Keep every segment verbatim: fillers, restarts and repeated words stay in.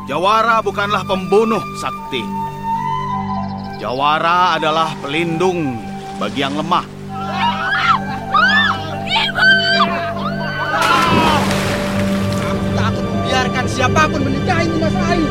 Jawara bukanlah pembunuh, Sakti. Jawara adalah pelindung bagi yang lemah. Aku tak akan membiarkan siapapun menikahi Mas Ayu.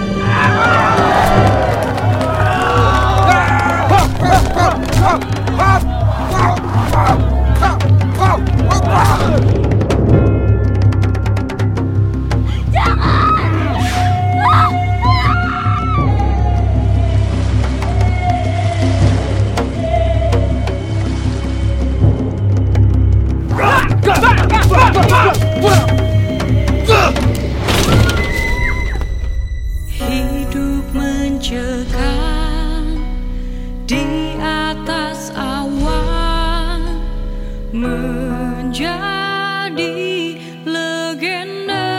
Hidup mencekam di atas awan, menjadi legenda.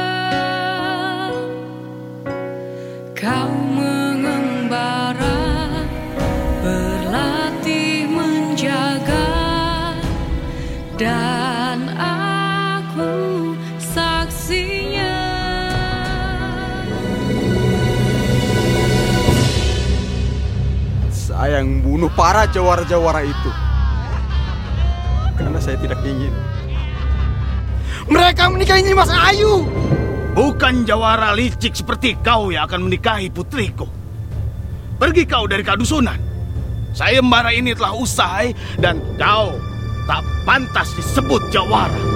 Kau mengembara, berlatih menjaga, dan aku saksinya. Saya yang membunuh para jawara-jawara itu karena saya tidak ingin mereka menikahi Mas Ayu. Bukan jawara licik seperti kau yang akan menikahi putriku. Pergi kau dari kadusunan. Sayembara ini telah usai dan kau tak pantas disebut jawara.